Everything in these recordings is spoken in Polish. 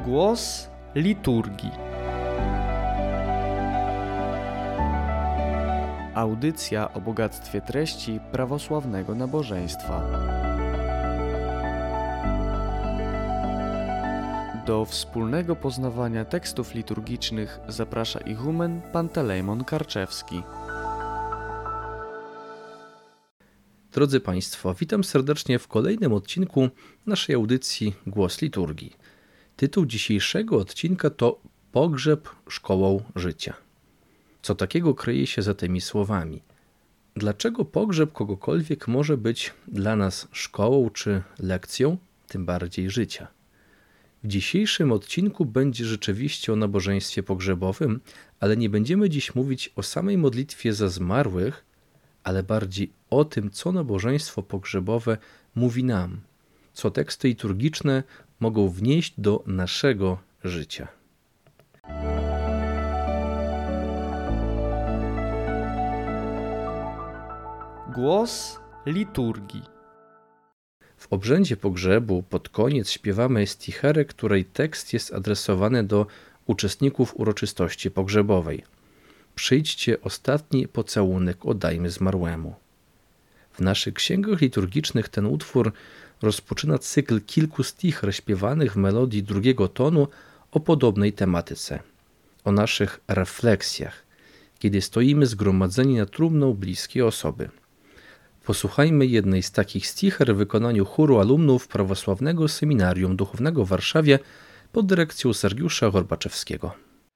Głos liturgii. Audycja o bogactwie treści prawosławnego nabożeństwa. Do wspólnego poznawania tekstów liturgicznych zaprasza ichumen Pantelejmon Karczewski. Drodzy Państwo, witam serdecznie w kolejnym odcinku naszej audycji Głos liturgii. Tytuł dzisiejszego odcinka to Pogrzeb szkołą życia. Co takiego kryje się za tymi słowami? Dlaczego pogrzeb kogokolwiek może być dla nas szkołą czy lekcją, tym bardziej życia? W dzisiejszym odcinku będzie rzeczywiście o nabożeństwie pogrzebowym, ale nie będziemy dziś mówić o samej modlitwie za zmarłych, ale bardziej o tym, co nabożeństwo pogrzebowe mówi nam, co teksty liturgiczne mogą wnieść do naszego życia. Głos liturgii. W obrzędzie pogrzebu pod koniec śpiewamy sticherę, której tekst jest adresowany do uczestników uroczystości pogrzebowej. Przyjdźcie, ostatni pocałunek oddajmy zmarłemu. W naszych księgach liturgicznych ten utwór rozpoczyna cykl kilku sticher śpiewanych w melodii drugiego tonu o podobnej tematyce. O naszych refleksjach, kiedy stoimy zgromadzeni nad trumną bliskiej osoby. Posłuchajmy jednej z takich sticher w wykonaniu chóru alumnów Prawosławnego Seminarium Duchownego w Warszawie pod dyrekcją Sergiusza Gorbaczewskiego.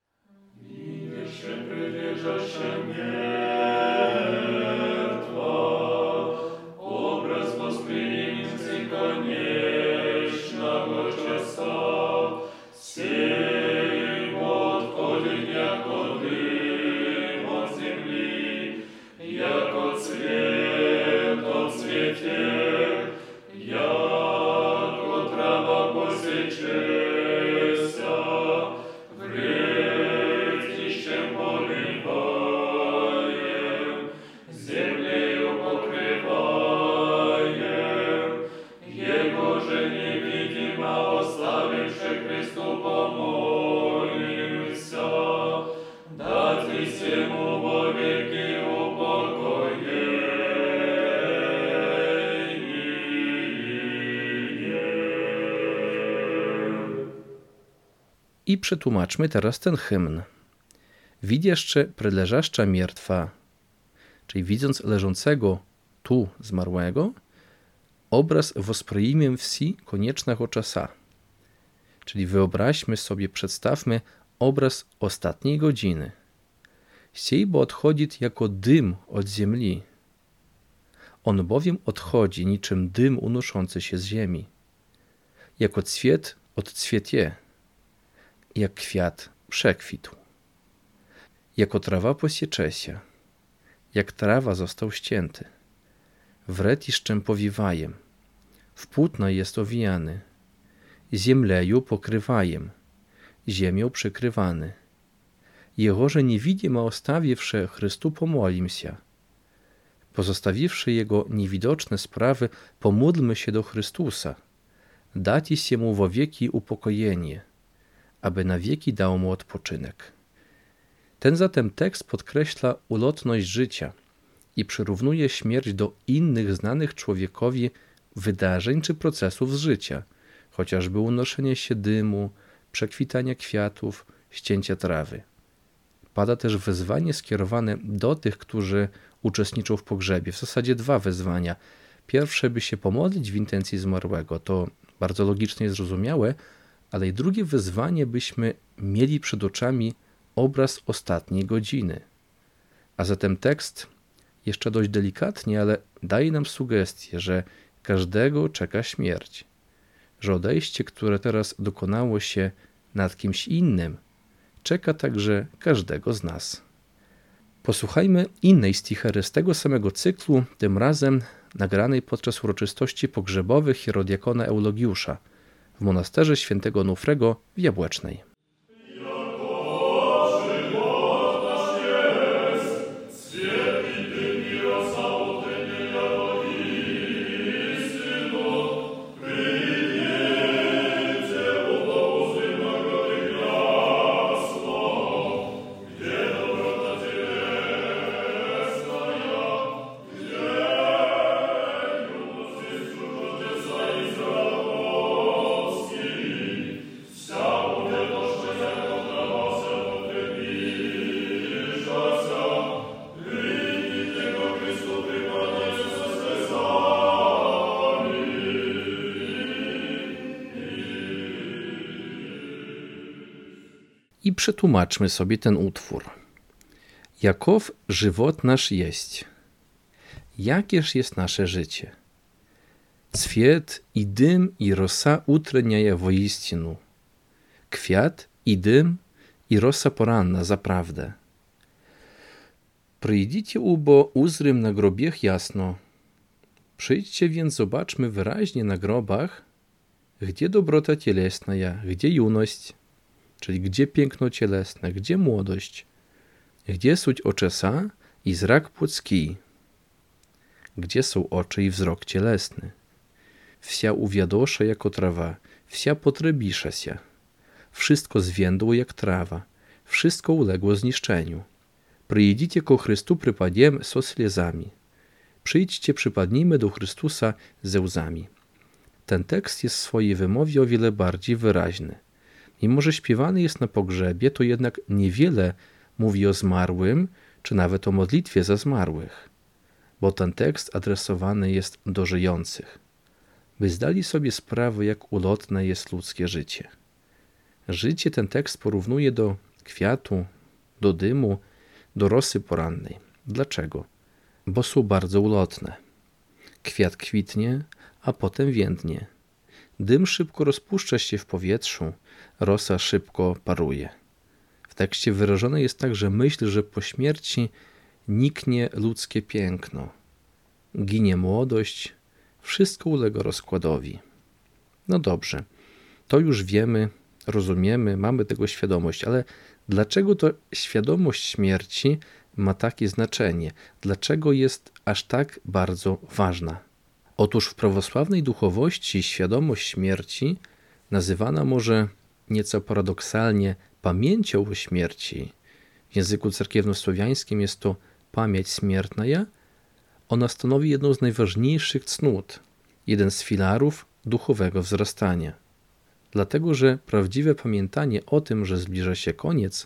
I przetłumaczmy teraz ten hymn. Widzieszcze preleżaszcza miertwa, czyli widząc leżącego tu zmarłego, obraz wosproimiem wsi koniecznego czasa. Czyli wyobraźmy sobie, przedstawmy obraz ostatniej godziny. Siej bo odchodzi jako dym od ziemi. On bowiem odchodzi niczym dym unoszący się z ziemi. Jako cwiet odcwiecie. Jak kwiat przekwitł. Jako trawa posiecze się, jak trawa został ścięty. Wret iszczem powiwajem, w płótno jest owijany. Ziemleju pokrywajem, ziemią przykrywany. Jehoże niewidzima ostawiwszy Chrystu pomolim się. Pozostawiwszy Jego niewidoczne sprawy, pomódlmy się do Chrystusa. Dati się Mu wo wieki upokojenie, aby na wieki dał mu odpoczynek. Ten zatem tekst podkreśla ulotność życia i przyrównuje śmierć do innych znanych człowiekowi wydarzeń czy procesów z życia, chociażby unoszenie się dymu, przekwitania kwiatów, ścięcia trawy. Pada też wezwanie skierowane do tych, którzy uczestniczą w pogrzebie. W zasadzie dwa wezwania. Pierwsze, by się pomodlić w intencji zmarłego, to bardzo logiczne i zrozumiałe, ale i drugie wyzwanie, byśmy mieli przed oczami obraz ostatniej godziny. A zatem tekst jeszcze dość delikatnie, ale daje nam sugestię, że każdego czeka śmierć, że odejście, które teraz dokonało się nad kimś innym, czeka także każdego z nas. Posłuchajmy innej stichery z tego samego cyklu, tym razem nagranej podczas uroczystości pogrzebowych hierodiakona Eulogiusza w monasterze świętego Onufrego w Jabłecznej. Istino, I przetłumaczmy sobie ten utwór. Jakow żywot nasz jest. Jakież jest nasze życie? Cwiet i dym i rosa utreniaja woistinu. Kwiat i dym i rosa poranna zaprawdę. Przyjdziecie ubo uzrym na grobiech jasno. Przyjdźcie więc zobaczmy wyraźnie na grobach, gdzie dobrota cielesna, gdzie juność, czyli gdzie piękno cielesne, gdzie młodość, gdzie suć oczesa i zrak płocki, gdzie są oczy i wzrok cielesny. Wsia uwiadosza jako trawa, wsia potrebisza się. Wszystko zwiędło jak trawa, wszystko uległo zniszczeniu. Przyjdziecie ko Chrystu przypadiem so slezami. Przyjdźcie, przypadnijmy do Chrystusa ze łzami. Ten tekst jest w swojej wymowie o wiele bardziej wyraźny. Mimo że śpiewany jest na pogrzebie, to jednak niewiele mówi o zmarłym, czy nawet o modlitwie za zmarłych, bo ten tekst adresowany jest do żyjących, by zdali sobie sprawę, jak ulotne jest ludzkie życie. Życie ten tekst porównuje do kwiatu, do dymu, do rosy porannej. Dlaczego? Bo są bardzo ulotne. Kwiat kwitnie, a potem więdnie. Dym szybko rozpuszcza się w powietrzu, rosa szybko paruje. W tekście wyrażona jest także myśl, że po śmierci niknie ludzkie piękno. Ginie młodość, wszystko ulega rozkładowi. No dobrze, to już wiemy, rozumiemy, mamy tego świadomość, ale dlaczego to świadomość śmierci ma takie znaczenie? Dlaczego jest aż tak bardzo ważna? Otóż w prawosławnej duchowości świadomość śmierci nazywana może nieco paradoksalnie pamięcią o śmierci. W języku cerkiewnosłowiańskim jest to pamięć śmiertna. Ona stanowi jedną z najważniejszych cnót, jeden z filarów duchowego wzrastania. Dlatego, że prawdziwe pamiętanie o tym, że zbliża się koniec,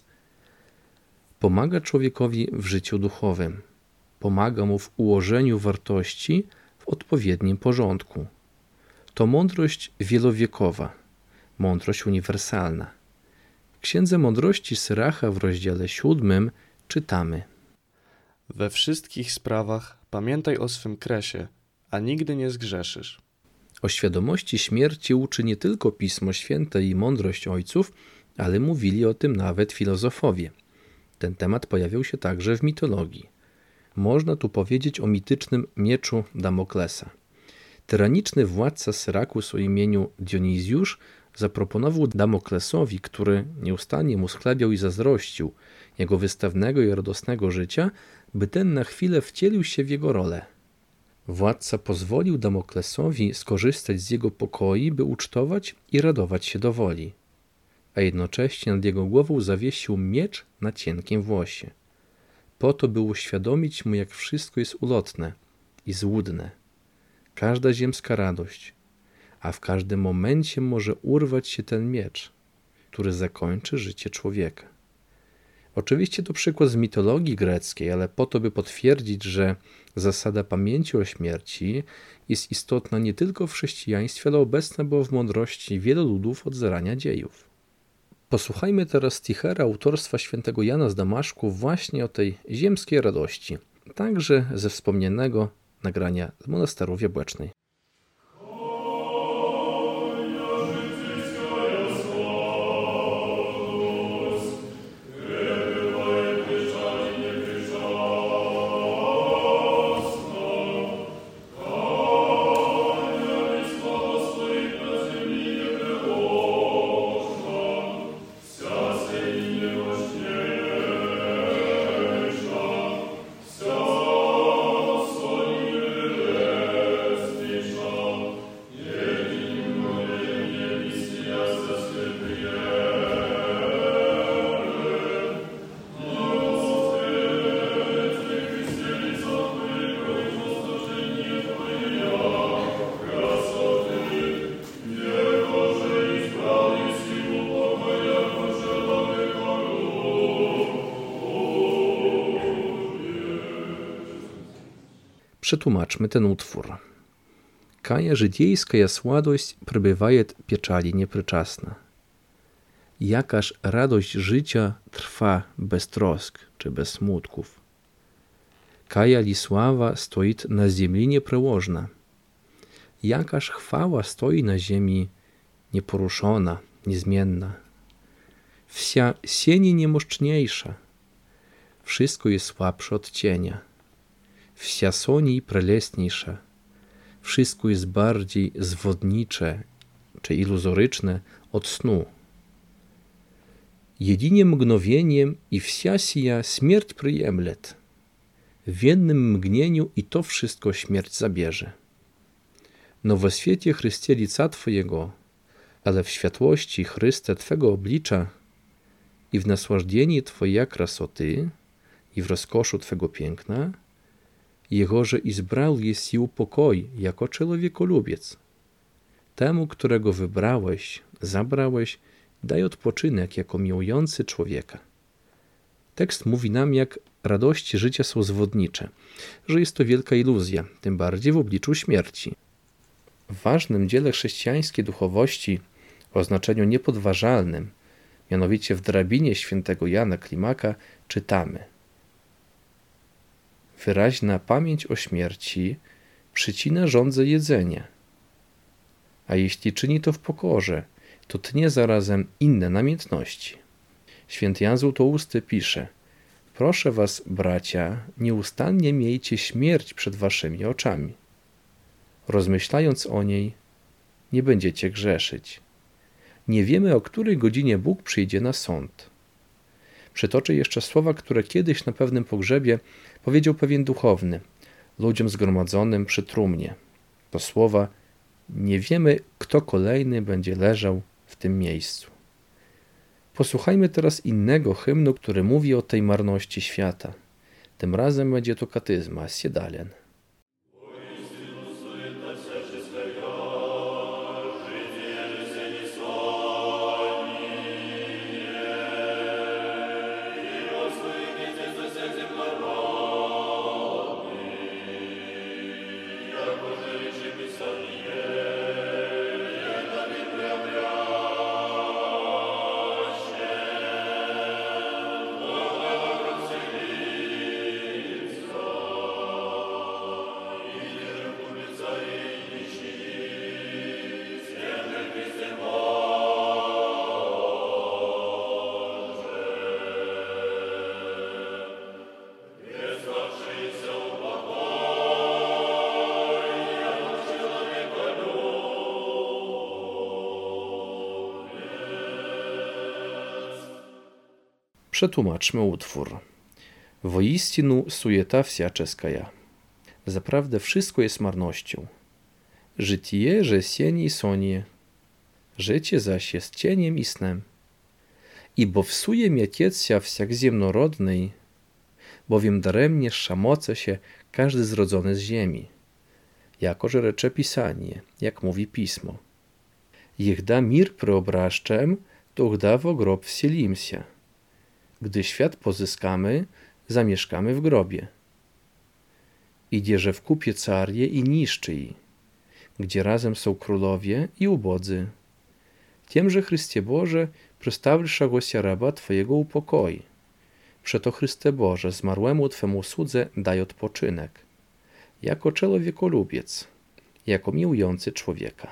pomaga człowiekowi w życiu duchowym. Pomaga mu w ułożeniu wartości w odpowiednim porządku. To mądrość wielowiekowa, mądrość uniwersalna. W Księdze Mądrości Syracha w rozdziale 7 czytamy: We wszystkich sprawach pamiętaj o swym kresie, a nigdy nie zgrzeszysz. O świadomości śmierci uczy nie tylko Pismo Święte i mądrość ojców, ale mówili o tym nawet filozofowie. Ten temat pojawiał się także w mitologii. Można tu powiedzieć o mitycznym mieczu Damoklesa. Tyraniczny władca Syrakus o imieniu Dionizjusz zaproponował Damoklesowi, który nieustannie mu schlebiał i zazdrościł jego wystawnego i radosnego życia, by ten na chwilę wcielił się w jego rolę. Władca pozwolił Damoklesowi skorzystać z jego pokoi, by ucztować i radować się do woli, a jednocześnie nad jego głową zawiesił miecz na cienkim włosie, po to, by uświadomić mu, jak wszystko jest ulotne i złudne. Każda ziemska radość, a w każdym momencie może urwać się ten miecz, który zakończy życie człowieka. Oczywiście to przykład z mitologii greckiej, ale po to, by potwierdzić, że zasada pamięci o śmierci jest istotna nie tylko w chrześcijaństwie, ale obecna była w mądrości wielu ludów od zarania dziejów. Posłuchajmy teraz stichera autorstwa świętego Jana z Damaszku właśnie o tej ziemskiej radości, także ze wspomnianego nagrania z monasteru w Jabłecznej. Przetłumaczmy ten utwór. Кая житейская сладость пребывает печали непричастна. Jakaż radość życia trwa bez trosk czy bez smutków. Kaja li sława stoit na ziemi nieprzełożna. Jakaż chwała stoi na ziemi nieporuszona, niezmienna. Wsia sieni niemożniejsza. Wszystko jest słabsze od cienia. Wsia soni prelesniejsza. Wszystko jest bardziej zwodnicze czy iluzoryczne od snu. Jedynie mgnowieniem i wsia sija śmierć przyjemlet. W jednym mgnieniu i to wszystko śmierć zabierze. No w świecie Chrystie lica Twojego, ale w światłości Chryste Twego oblicza i w nasłażdzieni Twojej krasoty i w rozkoszu Twego piękna, Jegoże izbrał jest i upokoj jako człowiekolubiec. Temu, którego wybrałeś, zabrałeś, daj odpoczynek jako miłujący człowieka. Tekst mówi nam, jak radości życia są zwodnicze, że jest to wielka iluzja, tym bardziej w obliczu śmierci. W ważnym dziele chrześcijańskiej duchowości o znaczeniu niepodważalnym, mianowicie w drabinie świętego Jana Klimaka, czytamy: wyraźna pamięć o śmierci przycina żądze jedzenia, a jeśli czyni to w pokorze, to tnie zarazem inne namiętności. Święty Jan Złotousty pisze: proszę was, bracia, nieustannie miejcie śmierć przed waszymi oczami. Rozmyślając o niej, nie będziecie grzeszyć. Nie wiemy, o której godzinie Bóg przyjdzie na sąd. Przytoczę jeszcze słowa, które kiedyś na pewnym pogrzebie powiedział pewien duchowny ludziom zgromadzonym przy trumnie. To słowa: nie wiemy, kto kolejny będzie leżał w tym miejscu. Posłuchajmy teraz innego hymnu, który mówi o tej marności świata. Tym razem będzie to katyzma Siedalien. Przetłumaczmy utwór. Woistinu sujeta wsiaczeskaya. Zaprawdę wszystko jest marnością. Życie, że sieni sonie. Życie zaś jest cieniem i snem. I bo wsuje mietiecja wsiak ziemnorodnej, bowiem daremnie szamoce się każdy zrodzony z ziemi. Jakoż recze Pisanie, jak mówi Pismo. Jechda mir preobraszczem, to da w grob wsielimся. Gdy świat pozyskamy, zamieszkamy w grobie. Idzie, w kupie carie i niszczy i, gdzie razem są królowie i ubodzy. Tiemże Chrystie Boże, przedstawilsza się raba Twojego upokoi. Przeto Chryste Boże, zmarłemu Twemu słudze daj odpoczynek, jako człowiekolubiec, jako miłujący człowieka.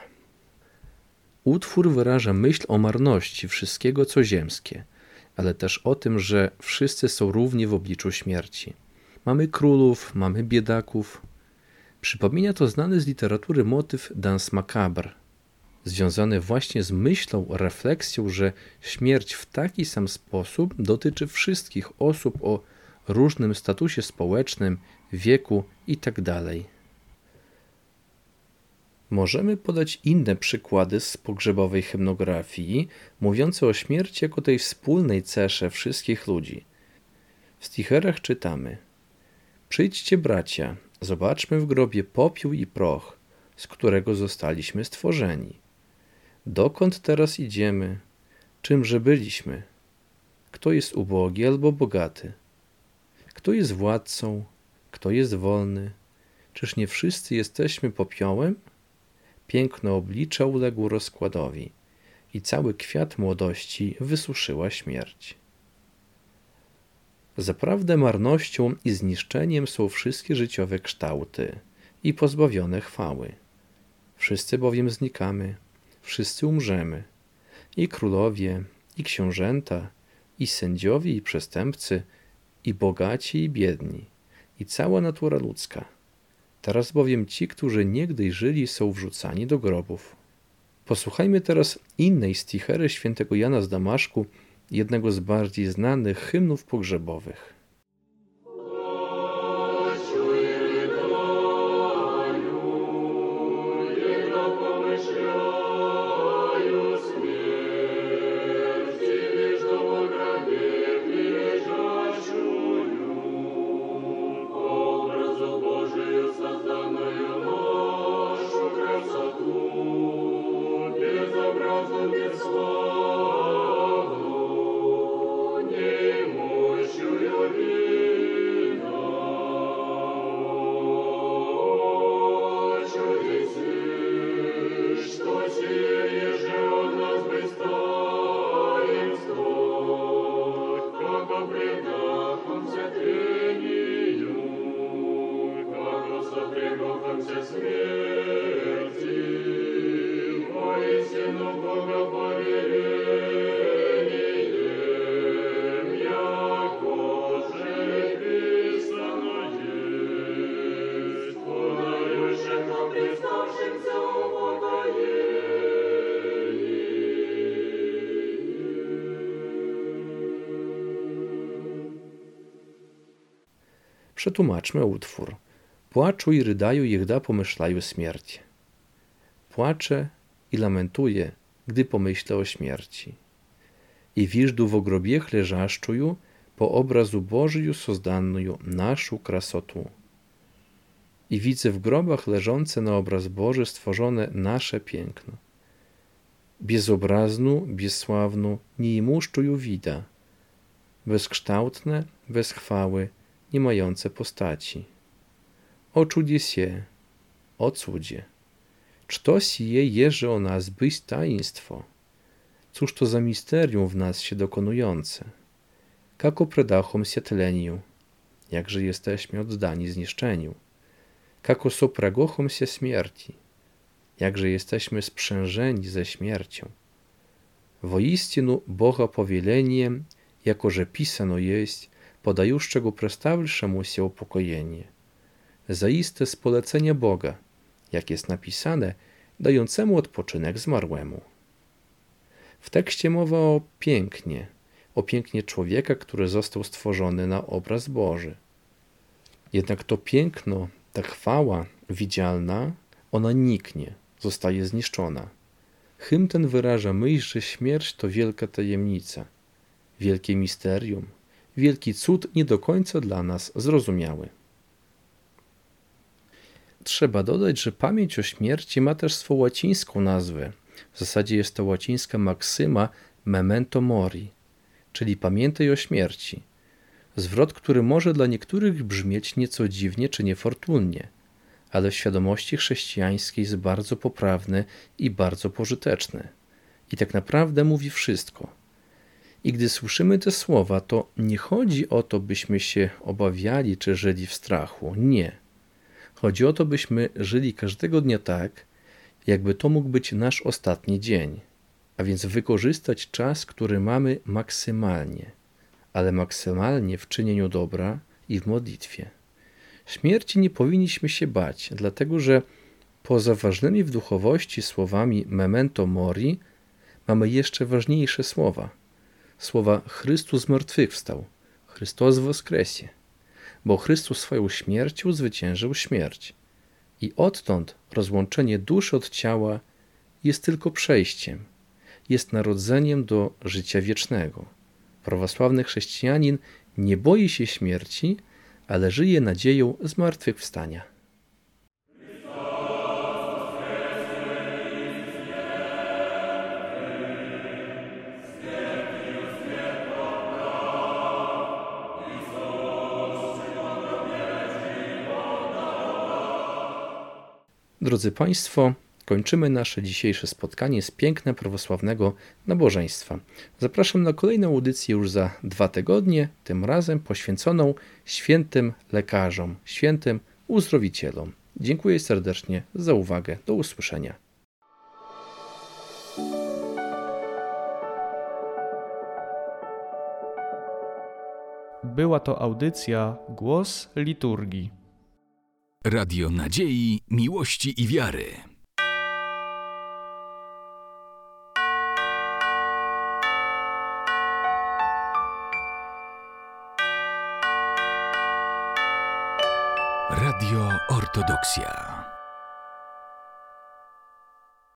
Utwór wyraża myśl o marności wszystkiego, co ziemskie, ale też o tym, że wszyscy są równi w obliczu śmierci. Mamy królów, mamy biedaków. Przypomina to znany z literatury motyw Danse Macabre, związany właśnie z myślą, refleksją, że śmierć w taki sam sposób dotyczy wszystkich osób o różnym statusie społecznym, wieku itd. Możemy podać inne przykłady z pogrzebowej hymnografii, mówiące o śmierci jako tej wspólnej cesze wszystkich ludzi. W sticherach czytamy: przyjdźcie, bracia, zobaczmy w grobie popiół i proch, z którego zostaliśmy stworzeni. Dokąd teraz idziemy? Czymże byliśmy? Kto jest ubogi albo bogaty? Kto jest władcą? Kto jest wolny? Czyż nie wszyscy jesteśmy popiołem? Piękne oblicza uległ rozkładowi. i cały kwiat młodości wysuszyła śmierć. Zaprawdę marnością i zniszczeniem są wszystkie życiowe kształty i pozbawione chwały. Wszyscy bowiem znikamy, wszyscy umrzemy, i królowie, i książęta, i sędziowie, i przestępcy, i bogaci, i biedni, i cała natura ludzka. Teraz bowiem ci, którzy niegdyś żyli, są wrzucani do grobów. Posłuchajmy teraz innej stichery świętego Jana z Damaszku, jednego z bardziej znanych hymnów pogrzebowych. Przetłumaczmy utwór. Płaczu i rydają, jegda pomyślają śmierć. Płaczę i lamentuję, gdy pomyślę o śmierci. I wижду w гробех leżaszczuju, po obrazu Bożiju sozdanную naszą krasotу. I widzę w grobach leżące na obraz Boży stworzone nasze piękno. Bezobraznu, bezsławnu, nie imuszczuju wida. Bezkształtne, bez chwały, nie mające postaci. O cudiesie, o cudzie. Czto sije jeże o nas być taństwo? Cóż to za misterium w nas się dokonujące? Kako predachom się tleniu, jakże jesteśmy oddani zniszczeniu. Kako sopragochom się śmierci, jakże jesteśmy sprzężeni ze śmiercią. Woistinu Boga powieleniem, jako że pisano jest, podajuszczego przedstawilszemu się upokojenie. Zaiste z polecenia Boga, jak jest napisane, dającemu odpoczynek zmarłemu. W tekście mowa o pięknie człowieka, który został stworzony na obraz Boży. Jednak to piękno, ta chwała widzialna, ona niknie, zostaje zniszczona. Hymn ten wyraża myśl, że śmierć to wielka tajemnica, wielkie misterium, wielki cud nie do końca dla nas zrozumiały. Trzeba dodać, że pamięć o śmierci ma też swą łacińską nazwę. W zasadzie jest to łacińska maksyma memento mori, czyli pamiętaj o śmierci. Zwrot, który może dla niektórych brzmieć nieco dziwnie czy niefortunnie, ale w świadomości chrześcijańskiej jest bardzo poprawny i bardzo pożyteczny. I tak naprawdę mówi wszystko. I gdy słyszymy te słowa, to nie chodzi o to, byśmy się obawiali czy żyli w strachu. Nie. Chodzi o to, byśmy żyli każdego dnia tak, jakby to mógł być nasz ostatni dzień, a więc wykorzystać czas, który mamy maksymalnie, ale maksymalnie w czynieniu dobra i w modlitwie. Śmierci nie powinniśmy się bać, dlatego że poza ważnymi w duchowości słowami memento mori mamy jeszcze ważniejsze słowa. Słowa Chrystus zmartwychwstał, Chrystus woskresie, bo Chrystus swoją śmiercią zwyciężył śmierć. I odtąd rozłączenie duszy od ciała jest tylko przejściem, jest narodzeniem do życia wiecznego. Prawosławny chrześcijanin nie boi się śmierci, ale żyje nadzieją zmartwychwstania. Drodzy Państwo, kończymy nasze dzisiejsze spotkanie z piękna prawosławnego nabożeństwa. Zapraszam na kolejną audycję już za 2 tygodnie, tym razem poświęconą świętym lekarzom, świętym uzdrowicielom. Dziękuję serdecznie za uwagę. Do usłyszenia. Była to audycja Głos Liturgii. Radio Nadziei, Miłości i Wiary. Radio Ortodoksja.